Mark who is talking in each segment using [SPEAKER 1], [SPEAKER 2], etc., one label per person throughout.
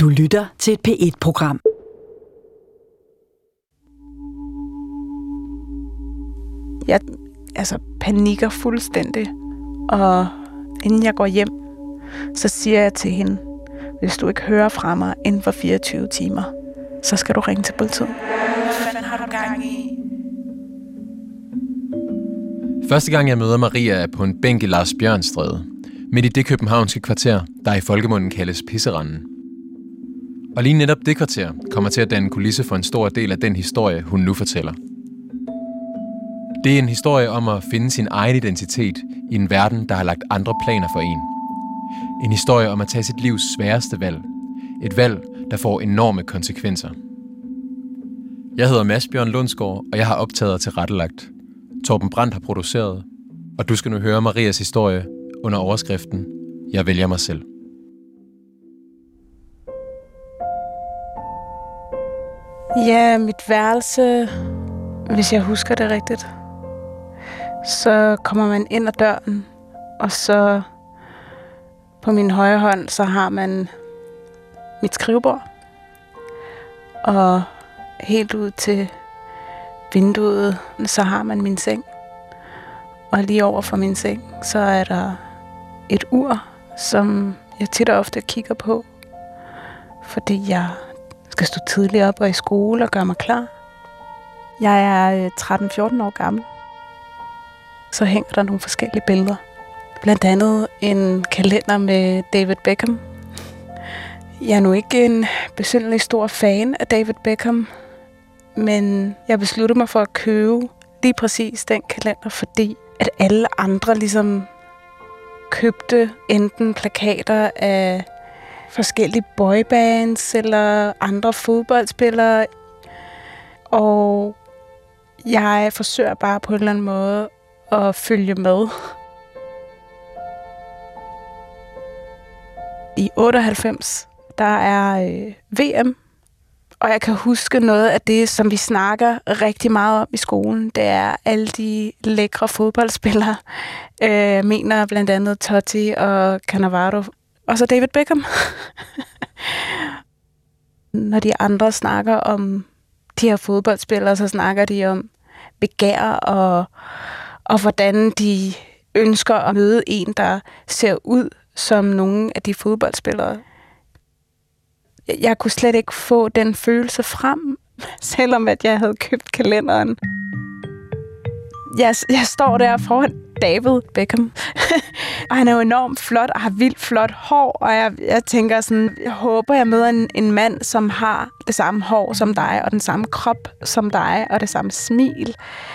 [SPEAKER 1] Du lytter til et P1-program.
[SPEAKER 2] Jeg panikker fuldstændig, og inden jeg går hjem, så siger jeg til hende, hvis du ikke hører fra mig inden for 24 timer, så skal du ringe til politiet. Hvad fanden har du gang i?
[SPEAKER 3] Første gang jeg møder Maria er på en bænk i Lars Bjørnstræde, midt i det københavnske kvarter, der i folkemunden kaldes Pisseranden. Og lige netop det kvarter kommer til at danne kulisse for en stor del af den historie, hun nu fortæller. Det er en historie om at finde sin egen identitet i en verden, der har lagt andre planer for en. En historie om at tage sit livs sværeste valg. Et valg, der får enorme konsekvenser. Jeg hedder Mads Bjørn Lundsgaard, og jeg har optaget og tilrettelagt. Torben Brandt har produceret, og du skal nu høre Marias historie under overskriften Jeg vælger mig selv.
[SPEAKER 2] Ja, mit værelse, hvis jeg husker det rigtigt, så kommer man ind ad døren, og så på min højre hånd, så har man mit skrivebord, og helt ud til vinduet, så har man min seng. Og lige over for min seng, så er der et ur, som jeg tit og ofte kigger på, fordi jeg skal stå tidligt op og i skole og gøre mig klar. Jeg er 13-14 år gammel. Så hænger der nogle forskellige billeder. Blandt andet en kalender med David Beckham. Jeg er nu ikke en besynderlig stor fan af David Beckham, men jeg besluttede mig for at købe lige præcis den kalender, fordi at alle andre ligesom købte enten plakater af forskellige boybands eller andre fodboldspillere. Og jeg forsøger bare på en eller anden måde at følge med. I 98, der er VM, og jeg kan huske noget af det, som vi snakker rigtig meget om i skolen. Det er alle de lækre fodboldspillere. Mener blandt andet Totti og Cannavaro. Og så David Beckham. Når de andre snakker om de her fodboldspillere, så snakker de om begær og hvordan de ønsker at møde en, der ser ud som nogle af de fodboldspillere. Jeg kunne slet ikke få den følelse frem, selvom at jeg havde købt kalenderen. Jeg står der foran David Beckham, og han er jo enormt flot og har vildt flot hår, og jeg tænker sådan, jeg håber, jeg møder en mand, som har det samme hår som dig, og den samme krop som dig, og det samme smil.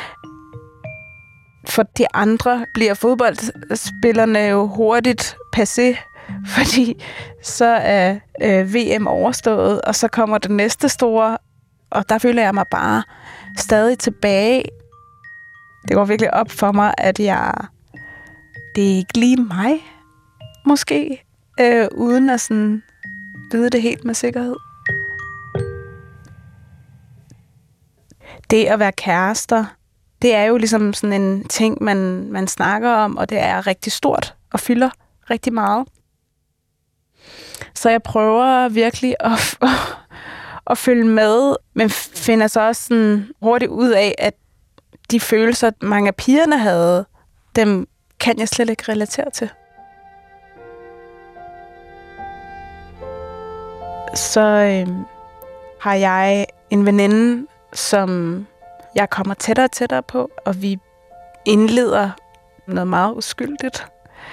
[SPEAKER 2] For de andre bliver fodboldspillerne jo hurtigt passé, fordi så er VM overstået, og så kommer det næste store, og der føler jeg mig bare stadig tilbage. Det går virkelig op for mig, at det er ikke lige mig, måske, uden at sådan vide det helt med sikkerhed. Det at være kærester, det er jo ligesom sådan en ting, man snakker om, og det er rigtig stort og fylder rigtig meget. Så jeg prøver virkelig at følge med, men finder så også sådan hurtigt ud af, at de følelser, mange af pigerne havde, dem kan jeg slet ikke relatere til. Så har jeg en veninde, som jeg kommer tættere og tættere på, og vi indleder noget meget uskyldigt.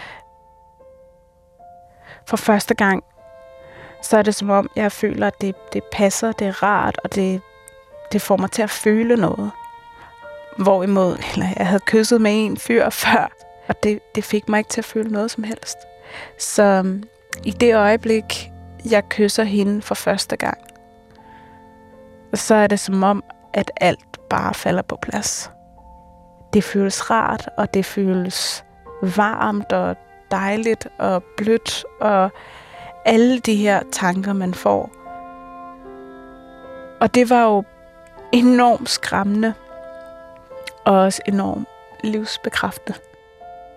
[SPEAKER 2] For første gang, så er det som om, jeg føler, at det passer, det er rart, og det får mig til at føle noget. Hvorimod, jeg havde kysset med en fyr før, og det fik mig ikke til at føle noget som helst. Så i det øjeblik, jeg kysser hende for første gang, så er det som om, at alt bare falder på plads. Det føles rart, og det føles varmt og dejligt og blødt, og alle de her tanker, man får. Og det var jo enormt skræmmende, og også enormt livsbekræftende.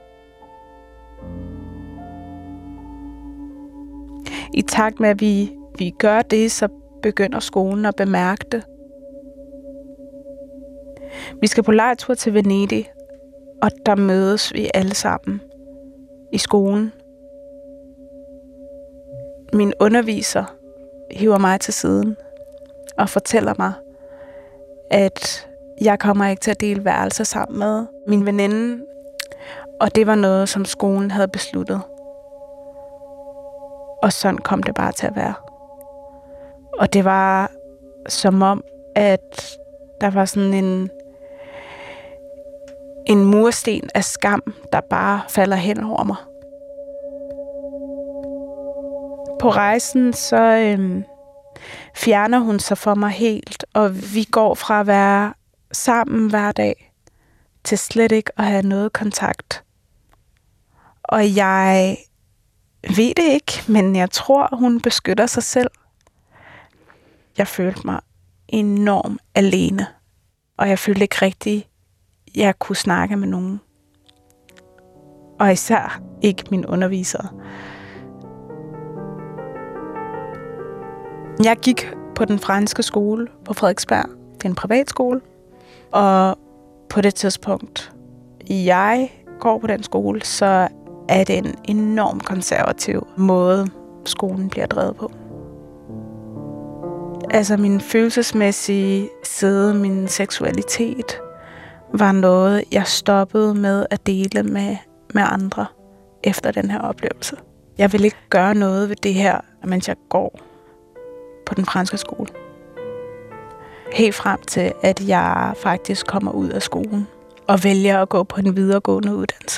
[SPEAKER 2] I takt med, at vi vi gør det, så begynder skolen at bemærke det. Vi skal på lejrtur til Venedig, og der mødes vi alle sammen i skolen. Min underviser hiver mig til siden og fortæller mig, at jeg kommer ikke til at dele værelser sammen med min veninde, og det var noget, som skolen havde besluttet. Og sådan kom det bare til at være. Og det var som om, at der var sådan en mursten af skam, der bare falder hen over mig. På rejsen, så fjerner hun sig for mig helt, og vi går fra at være sammen hver dag, til slet ikke at have noget kontakt. Og jeg ved det ikke, men jeg tror, hun beskytter sig selv. Jeg følte mig enormt alene, og jeg følte ikke rigtigt, at jeg kunne snakke med nogen. Og især ikke min underviser. Jeg gik på den franske skole på Frederiksberg. Det er en privatskole. Og på det tidspunkt, jeg går på den skole, så er det en enormt konservativ måde, skolen bliver drevet på. Altså min følelsesmæssige side, min seksualitet, var noget, jeg stoppede med at dele med andre efter den her oplevelse. Jeg vil ikke gøre noget ved det her, mens jeg går på den franske skole. Helt frem til, at jeg faktisk kommer ud af skolen og vælger at gå på en videregående uddannelse.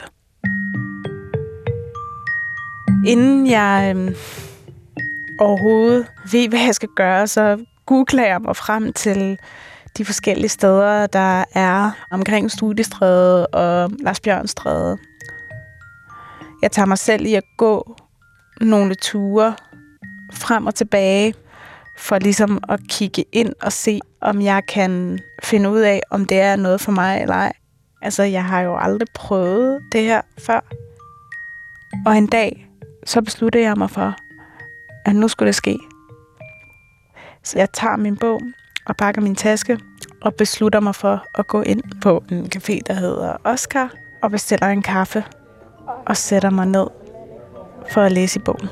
[SPEAKER 2] Inden jeg overhovedet ved, hvad jeg skal gøre, så googler jeg mig frem til de forskellige steder, der er omkring Studiestræde og Larsbjørnstræde. Jeg tager mig selv i at gå nogle ture frem og tilbage, for ligesom at kigge ind og se, om jeg kan finde ud af, om det er noget for mig eller ej. Altså, jeg har jo aldrig prøvet det her før. Og en dag, så besluttede jeg mig for, at nu skulle det ske. Så jeg tager min bog og pakker min taske og beslutter mig for at gå ind på en café, der hedder Oscar, og bestiller en kaffe og sætter mig ned for at læse i bogen.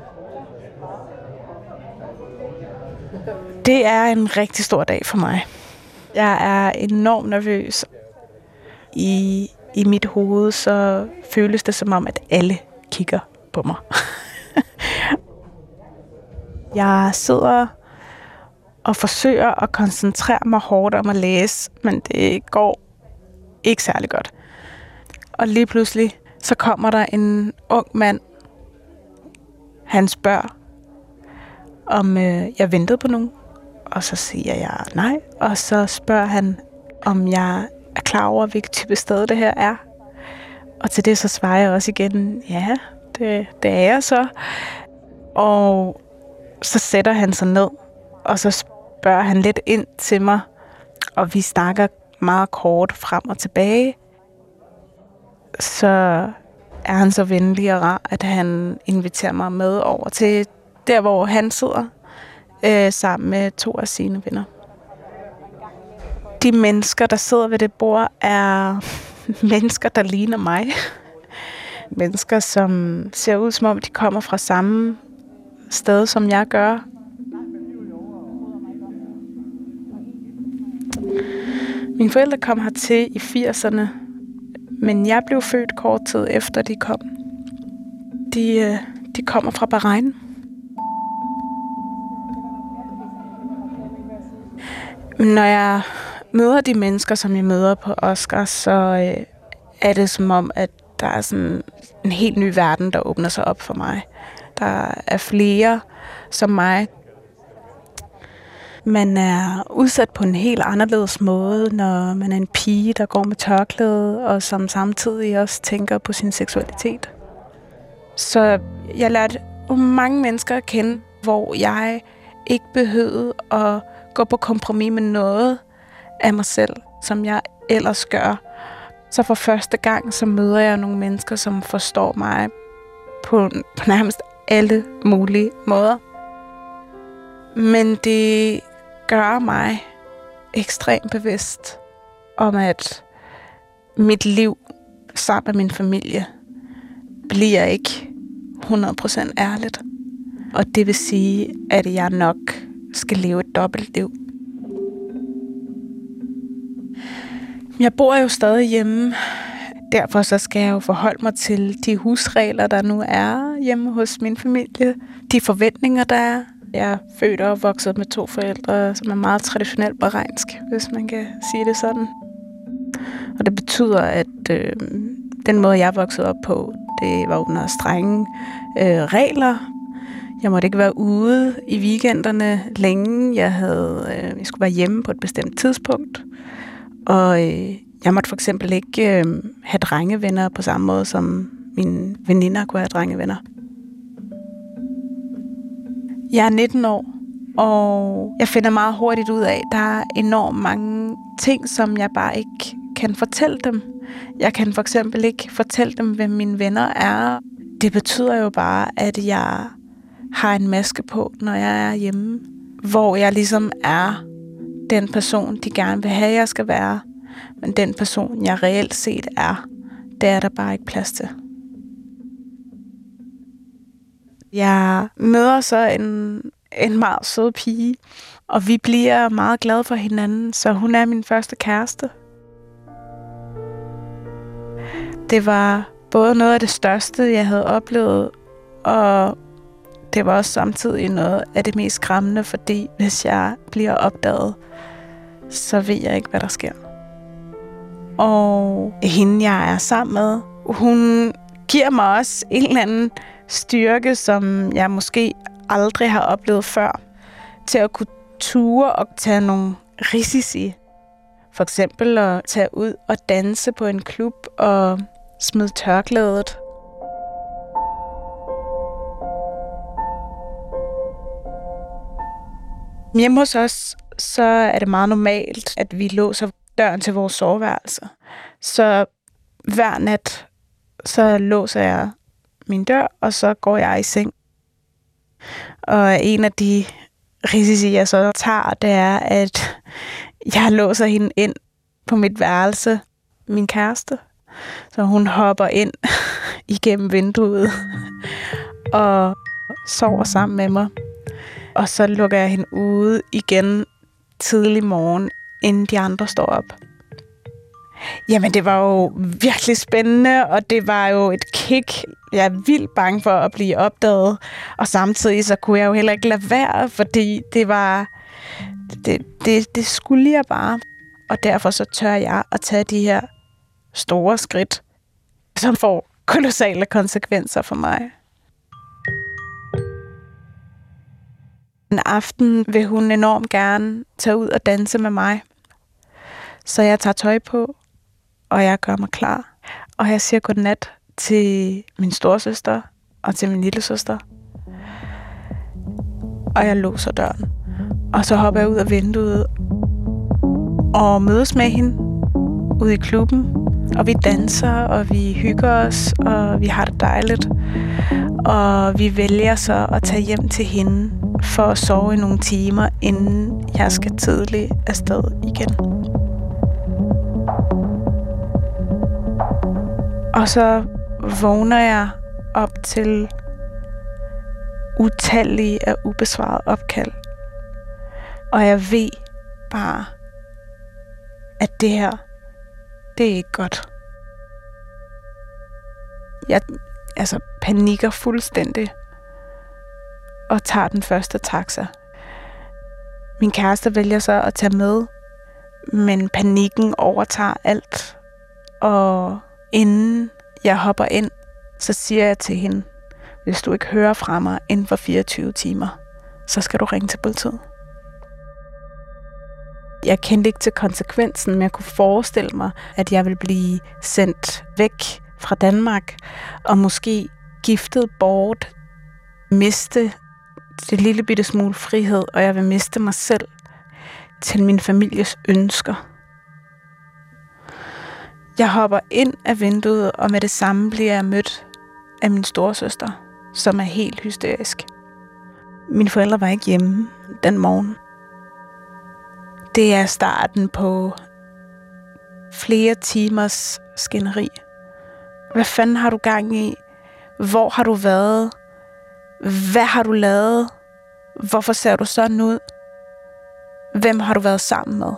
[SPEAKER 2] Det er en rigtig stor dag for mig. Jeg er enormt nervøs. I mit hoved så føles det som om, at alle kigger på mig. Jeg sidder og forsøger at koncentrere mig hårdt om at læse, men det går ikke særlig godt. Og lige pludselig så kommer der en ung mand. Han spørger, om jeg ventede på nogen. Og så siger jeg nej. Og så spørger han, om jeg er klar over, hvilket type sted det her er. Og til det så svarer jeg også igen, ja, det er jeg så. Og så sætter han sig ned, og så spørger han lidt ind til mig. Og vi snakker meget kort frem og tilbage. Så er han så venlig og rar, at han inviterer mig med over til der, hvor han sidder, sammen med 2 af sine venner. De mennesker, der sidder ved det bord, er mennesker, der ligner mig. Mennesker, som ser ud, som om de kommer fra samme sted, som jeg gør. Mine forældre kom hertil i 80'erne, men jeg blev født kort tid efter, de kom. De kommer fra Bahrain. Når jeg møder de mennesker, som jeg møder på Oscar, så er det som om, at der er sådan en helt ny verden, der åbner sig op for mig. Der er flere som mig. Man er udsat på en helt anderledes måde, når man er en pige, der går med tørklæde, og som samtidig også tænker på sin seksualitet. Så jeg lærte mange mennesker at kende, hvor jeg ikke behøvede at gå på kompromis med noget af mig selv, som jeg ellers gør. Så for første gang, så møder jeg nogle mennesker, som forstår mig på nærmest alle mulige måder. Men det gør mig ekstremt bevidst om, at mit liv sammen med min familie bliver ikke 100% ærligt. Og det vil sige, at jeg nok skal leve et dobbeltliv. Jeg bor jo stadig hjemme. Derfor så skal jeg jo forholde mig til de husregler, der nu er hjemme hos min familie. De forventninger, der er. Jeg er født og vokset med 2 forældre, som er meget traditionelt bahrainsk, hvis man kan sige det sådan. Og det betyder, at den måde, jeg voksede op på, det var under strenge regler. Jeg måtte ikke være ude i weekenderne længe. Jeg skulle være hjemme på et bestemt tidspunkt. Og jeg måtte for eksempel ikke have drengevenner på samme måde, som mine veninder kunne have drengevenner. Jeg er 19 år, og jeg finder meget hurtigt ud af, at der er enormt mange ting, som jeg bare ikke kan fortælle dem. Jeg kan for eksempel ikke fortælle dem, hvem mine venner er. Det betyder jo bare, at jeg har en maske på, når jeg er hjemme, hvor jeg ligesom er den person, de gerne vil have, jeg skal være. Men den person, jeg reelt set er, det er der bare ikke plads til. Jeg møder så en meget sød pige, og vi bliver meget glade for hinanden, så hun er min første kæreste. Det var både noget af det største, jeg havde oplevet, og det var også samtidig noget af det mest skræmmende, fordi hvis jeg bliver opdaget, så ved jeg ikke, hvad der sker. Og hende, jeg er sammen med, hun giver mig også en eller anden styrke, som jeg måske aldrig har oplevet før, til at kunne ture og tage nogle risici. For eksempel at tage ud og danse på en klub og smide tørklædet. Hjemme hos os, så er det meget normalt, at vi låser døren til vores soveværelse. Så hver nat, så låser jeg min dør, og så går jeg i seng. Og en af de risici, jeg så tager, det er, at jeg låser hende ind på mit værelse, min kæreste. Så hun hopper ind igennem vinduet og sover sammen med mig. Og så lukker jeg hende ude igen tidlig morgen, inden de andre står op. Jamen, det var jo virkelig spændende, og det var jo et kick. Jeg er vildt bange for at blive opdaget, og samtidig så kunne jeg jo heller ikke lade være, fordi det skulle jeg bare. Og derfor så tør jeg at tage de her store skridt, som får kolossale konsekvenser for mig. En aften vil hun enormt gerne tage ud og danse med mig. Så jeg tager tøj på, og jeg gør mig klar. Og jeg siger godnat til min storesøster og til min lillesøster. Og jeg låser døren. Og så hopper jeg ud af vinduet og mødes med hende ude i klubben. Og vi danser, og vi hygger os, og vi har det dejligt. Og vi vælger så at tage hjem til hende for at sove i nogle timer, inden jeg skal tidligt afsted igen. Og så vågner jeg op til utallige af ubesvarede opkald. Og jeg ved bare, at det her, det er ikke godt. Jeg panikker fuldstændig og tager den første taxa. Min kæreste vælger så at tage med, men panikken overtager alt. Og inden jeg hopper ind, så siger jeg til hende, hvis du ikke hører fra mig inden for 24 timer, så skal du ringe til politiet. Jeg kendte ikke til konsekvensen, men jeg kunne forestille mig, at jeg ville blive sendt væk fra Danmark, og måske giftet bort, miste det lille bitte smule frihed, og jeg vil miste mig selv til min families ønsker. Jeg hopper ind af vinduet, og med det samme bliver jeg mødt af min storesøster, som er helt hysterisk. Mine forældre var ikke hjemme den morgen. Det er starten på flere timers skænderi. Hvad fanden har du gang i? Hvor har du været? Hvad har du lavet? Hvorfor ser du sådan ud? Hvem har du været sammen med?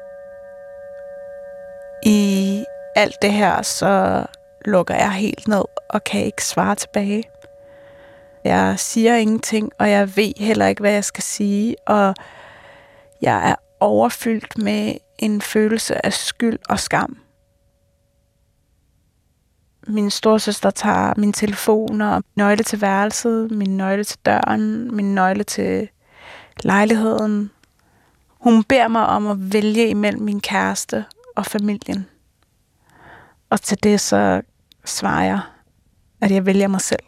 [SPEAKER 2] I alt det her, så lukker jeg helt ned og kan ikke svare tilbage. Jeg siger ingenting, og jeg ved heller ikke, hvad jeg skal sige, og jeg er overfyldt med en følelse af skyld og skam. Min storesøster tager min telefon og nøgle til værelset, min nøgle til døren, min nøgle til lejligheden. Hun beder mig om at vælge imellem min kæreste og familien. Og til det så svarer jeg, at jeg vælger mig selv.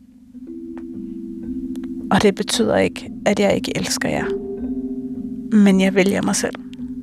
[SPEAKER 2] Og det betyder ikke, at jeg ikke elsker jer. Men jeg vælger mig selv.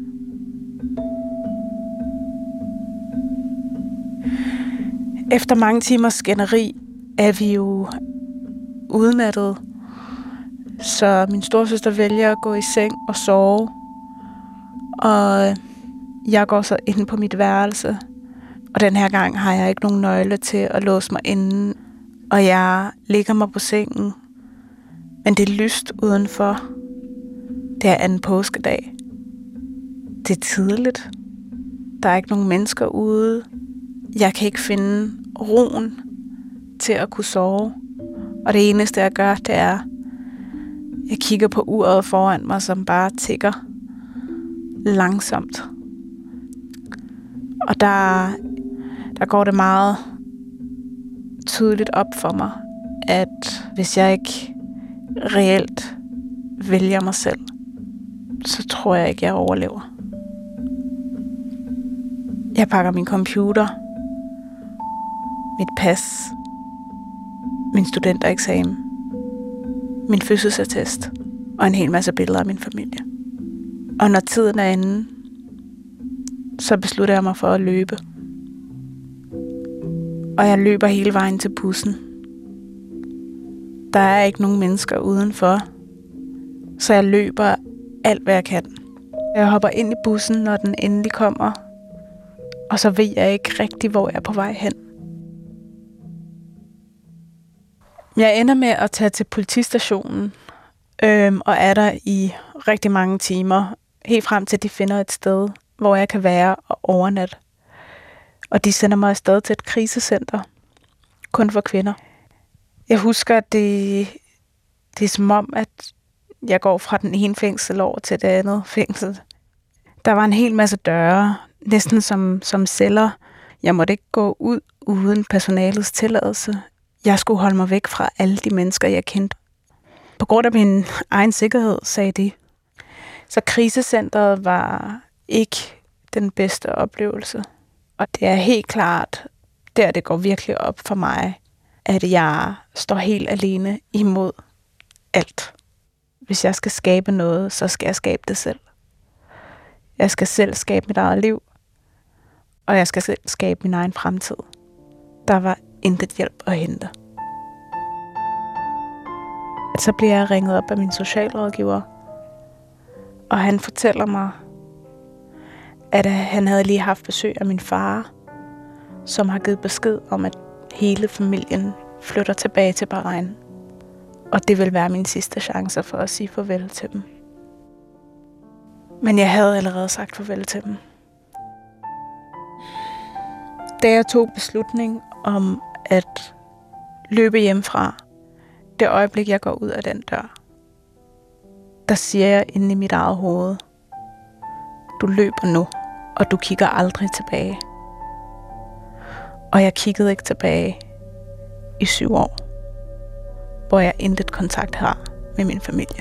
[SPEAKER 2] Efter mange timers skænderi er vi jo udmattede. Så min storesøster vælger at gå i seng og sove. Og jeg går så ind på mit værelse. Og den her gang har jeg ikke nogen nøgle til at låse mig inde. Og jeg ligger mig på sengen. Men det er lyst udenfor. Det er anden påskedag. Det er tidligt. Der er ikke nogen mennesker ude. Jeg kan ikke finde roen til at kunne sove. Og det eneste, jeg gør, det er, jeg kigger på uret foran mig, som bare tikker langsomt. Og der går det meget tydeligt op for mig, at hvis jeg ikke reelt vælger mig selv, så tror jeg ikke, jeg overlever. Jeg pakker min computer, mit pas, min studentereksamen, min fødselsattest og en hel masse billeder af min familie. Og når tiden er inde, så beslutter jeg mig for at løbe. Og jeg løber hele vejen til bussen. Der er ikke nogen mennesker udenfor, så jeg løber alt, hvad jeg kan. Jeg hopper ind i bussen, når den endelig kommer, og så ved jeg ikke rigtig, hvor jeg er på vej hen. Jeg ender med at tage til politistationen, og er der i rigtig mange timer, helt frem til de finder et sted, hvor jeg kan være og overnatte. Og de sender mig afsted til et krisecenter, kun for kvinder. Jeg husker, at det er som om, at jeg går fra den ene fængsel over til det andet fængsel. Der var en hel masse døre, næsten som celler. Jeg måtte ikke gå ud uden personalets tilladelse. Jeg skulle holde mig væk fra alle de mennesker, jeg kendte. På grund af min egen sikkerhed, sagde de. Så krisecenteret var ikke den bedste oplevelse. Og det er helt klart, der det går virkelig op for mig, at jeg står helt alene imod alt. Hvis jeg skal skabe noget, så skal jeg skabe det selv. Jeg skal selv skabe mit eget liv, og jeg skal selv skabe min egen fremtid. Der var intet hjælp at hente. Så bliver jeg ringet op af min socialrådgiver, og han fortæller mig, at han havde lige haft besøg af min far, som har givet besked om, at hele familien flytter tilbage til Bahrain. Og det vil være min sidste chance for at sige farvel til dem. Men jeg havde allerede sagt farvel til dem. Da jeg tog beslutning om at løbe hjemmefra, det øjeblik jeg går ud af den dør, der siger jeg inde i mit eget hoved, du løber nu, og du kigger aldrig tilbage. Og jeg kiggede ikke tilbage i 7 år, hvor jeg intet kontakt har med min familie.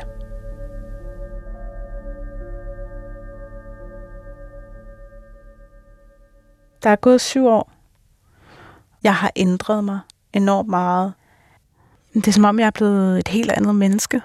[SPEAKER 2] Der er gået 7 år. Jeg har ændret mig enormt meget. Det er som om, jeg er blevet et helt andet menneske.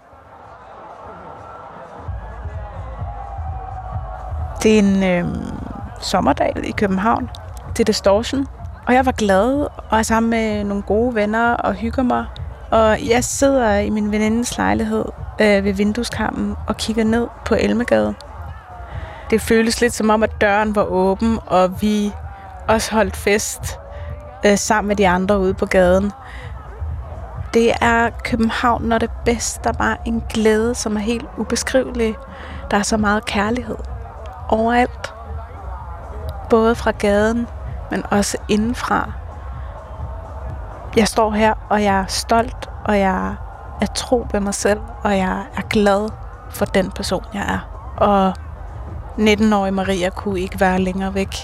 [SPEAKER 2] Det er en sommerdag i København. Det er Distortion. Og jeg var glad og er sammen med nogle gode venner og hygger mig. Og jeg sidder i min venindes lejlighed ved vindueskarmen og kigger ned på Elmegade. Det føles lidt som om, at døren var åben, og vi også holdt fest sammen med de andre ude på gaden. Det er København, når det bedste. Der er bare en glæde, som er helt ubeskrivelig. Der er så meget kærlighed overalt. Både fra gaden, men også indenfra. Jeg står her, og jeg er stolt, og jeg er tro ved mig selv, og jeg er glad for den person, jeg er. Og 19-årige Maria kunne ikke være længere væk.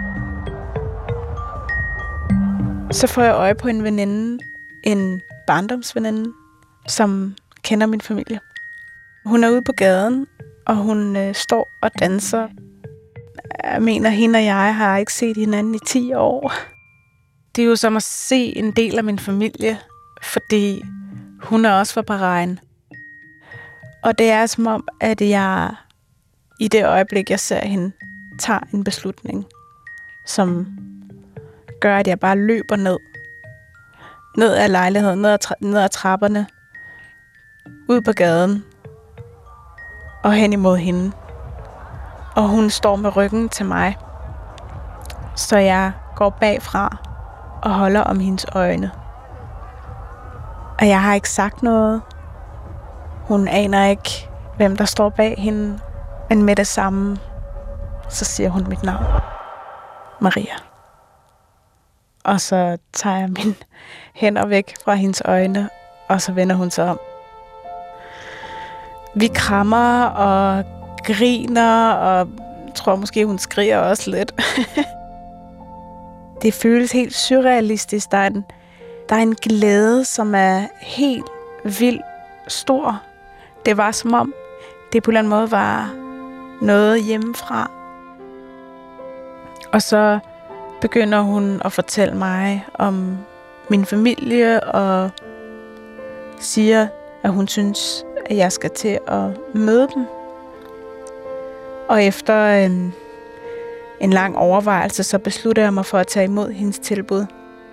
[SPEAKER 2] Så får jeg øje på en veninde, en barndomsveninde, som kender min familie. Hun er ude på gaden, og hun står og danser. Jeg mener, hende og jeg har ikke set hinanden i 10 år. Det er jo som at se en del af min familie, fordi hun er også fra Bahrain. Og det er som om, at jeg i det øjeblik, jeg ser hende, tager en beslutning, som gør, at jeg bare løber ned ad lejligheden, ned ad trapperne, ud på gaden og hen imod hende. Og hun står med ryggen til mig, så jeg går bagfra og holder om hendes øjne. Og jeg har ikke sagt noget. Hun aner ikke, hvem der står bag hende, men med det samme, så siger hun mit navn. Maria. Og så tager jeg mine hænder væk fra hendes øjne, og så vender hun sig om. Vi krammer og griner, og tror måske, hun skriger også lidt. Det føles helt surrealistisk. Der er en glæde, som er helt vildt stor. Det var som om, det på en eller anden måde var noget hjemmefra. Og så begynder hun at fortælle mig om min familie, og siger, at hun synes, at jeg skal til at møde dem. Og efter en lang overvejelse, så beslutter jeg mig for at tage imod hendes tilbud.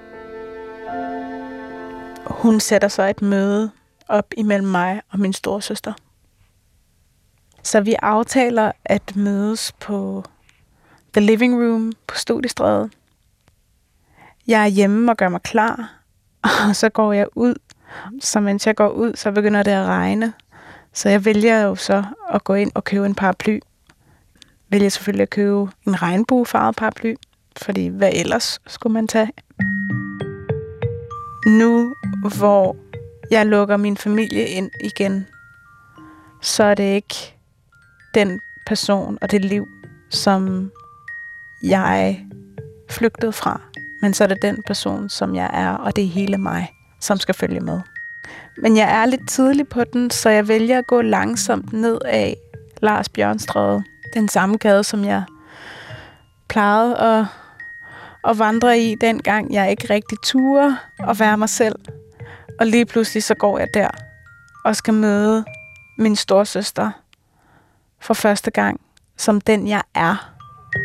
[SPEAKER 2] Hun sætter så et møde op imellem mig og min storesøster. Så vi aftaler at mødes på The Living Room på Studiestræde. Jeg er hjemme og gør mig klar, og så går jeg ud. Så mens jeg går ud, så begynder det at regne. Så jeg vælger jo så at gå ind og købe en paraply. Vælger selvfølgelig at købe en regnbuefarvet paraply, fordi hvad ellers skulle man tage? Nu, hvor jeg lukker min familie ind igen, så er det ikke den person og det liv, som jeg flygtede fra. Men så er det den person, som jeg er, og det er hele mig, som skal følge med. Men jeg er lidt tidlig på den, så jeg vælger at gå langsomt ned af Lars Bjørnstræde. Den samme gade, som jeg plejede at vandre i, dengang jeg ikke rigtig turde at være mig selv. Og lige pludselig så går jeg der og skal møde min storesøster for første gang, som den jeg er.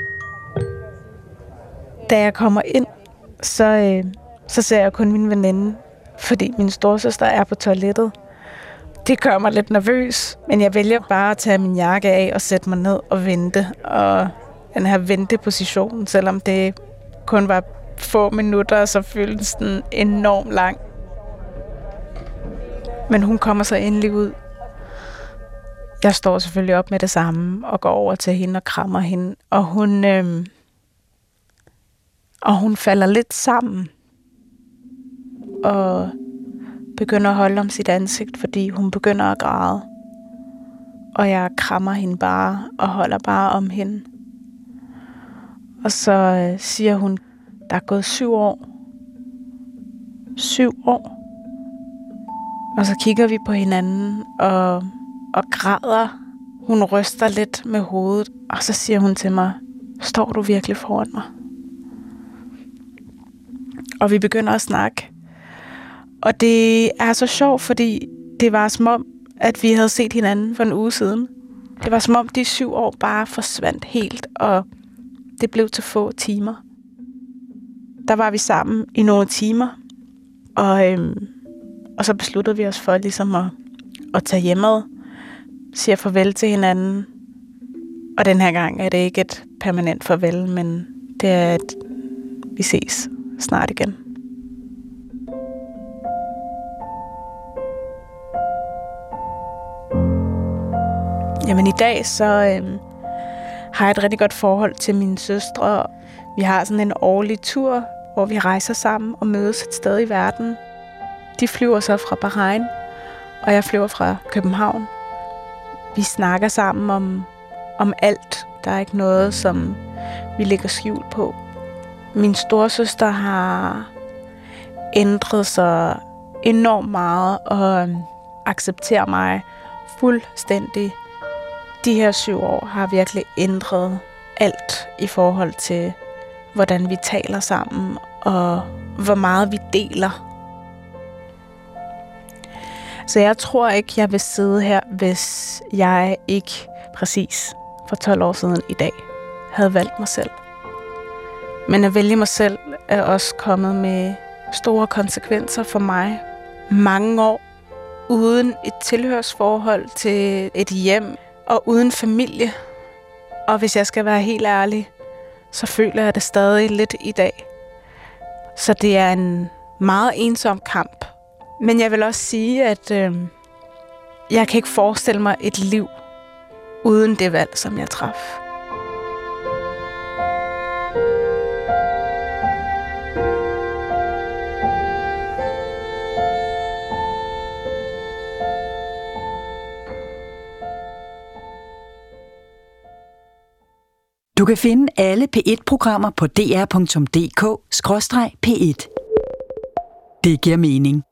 [SPEAKER 2] Da jeg kommer ind, så ser jeg kun min veninde, fordi min storesøster er på toilettet. Det gør mig lidt nervøs, men jeg vælger bare at tage min jakke af og sætte mig ned og vente. Og den her venteposition, selvom det kun var få minutter, så føltes den enormt lang. Men hun kommer så endelig ud. Jeg står selvfølgelig op med det samme og går over til hende og krammer hende. Og hun falder lidt sammen og begynder at holde om sit ansigt, fordi hun begynder at græde. Og jeg krammer hende bare og holder bare om hende. Og så siger hun, der er gået 7 år. 7 år. Og så kigger vi på hinanden og græder. Hun ryster lidt med hovedet, og så siger hun til mig, står du virkelig foran mig? Og vi begynder at snakke. Og det er så sjovt, fordi det var som om, at vi havde set hinanden for en uge siden. Det var som om, de 7 år bare forsvandt helt, og det blev til få timer. Der var vi sammen i nogle timer, Og så besluttede vi os for ligesom at tage hjemad, siger farvel til hinanden. Og den her gang er det ikke et permanent farvel, men det er et vi ses snart igen. Jamen i dag så har jeg et rigtig godt forhold til mine søstre. Vi har sådan en årlig tur, hvor vi rejser sammen og mødes et sted i verden. De flyver så fra Bahrain, og jeg flyver fra København. Vi snakker sammen om alt. Der er ikke noget, som vi lægger skjul på. Min storesøster har ændret sig enormt meget og accepterer mig fuldstændig. De her 7 år har virkelig ændret alt i forhold til, hvordan vi taler sammen og hvor meget vi deler. Så jeg tror ikke, jeg vil sidde her, hvis jeg ikke præcis for 12 år siden i dag havde valgt mig selv. Men at vælge mig selv er også kommet med store konsekvenser for mig. Mange år uden et tilhørsforhold til et hjem og uden familie. Og hvis jeg skal være helt ærlig, så føler jeg det stadig lidt i dag. Så det er en meget ensom kamp. Men jeg vil også sige, at jeg kan ikke forestille mig et liv uden det valg, som jeg traf.
[SPEAKER 1] Du kan finde alle P1-programmer på dr.dk/P1. Det giver mening.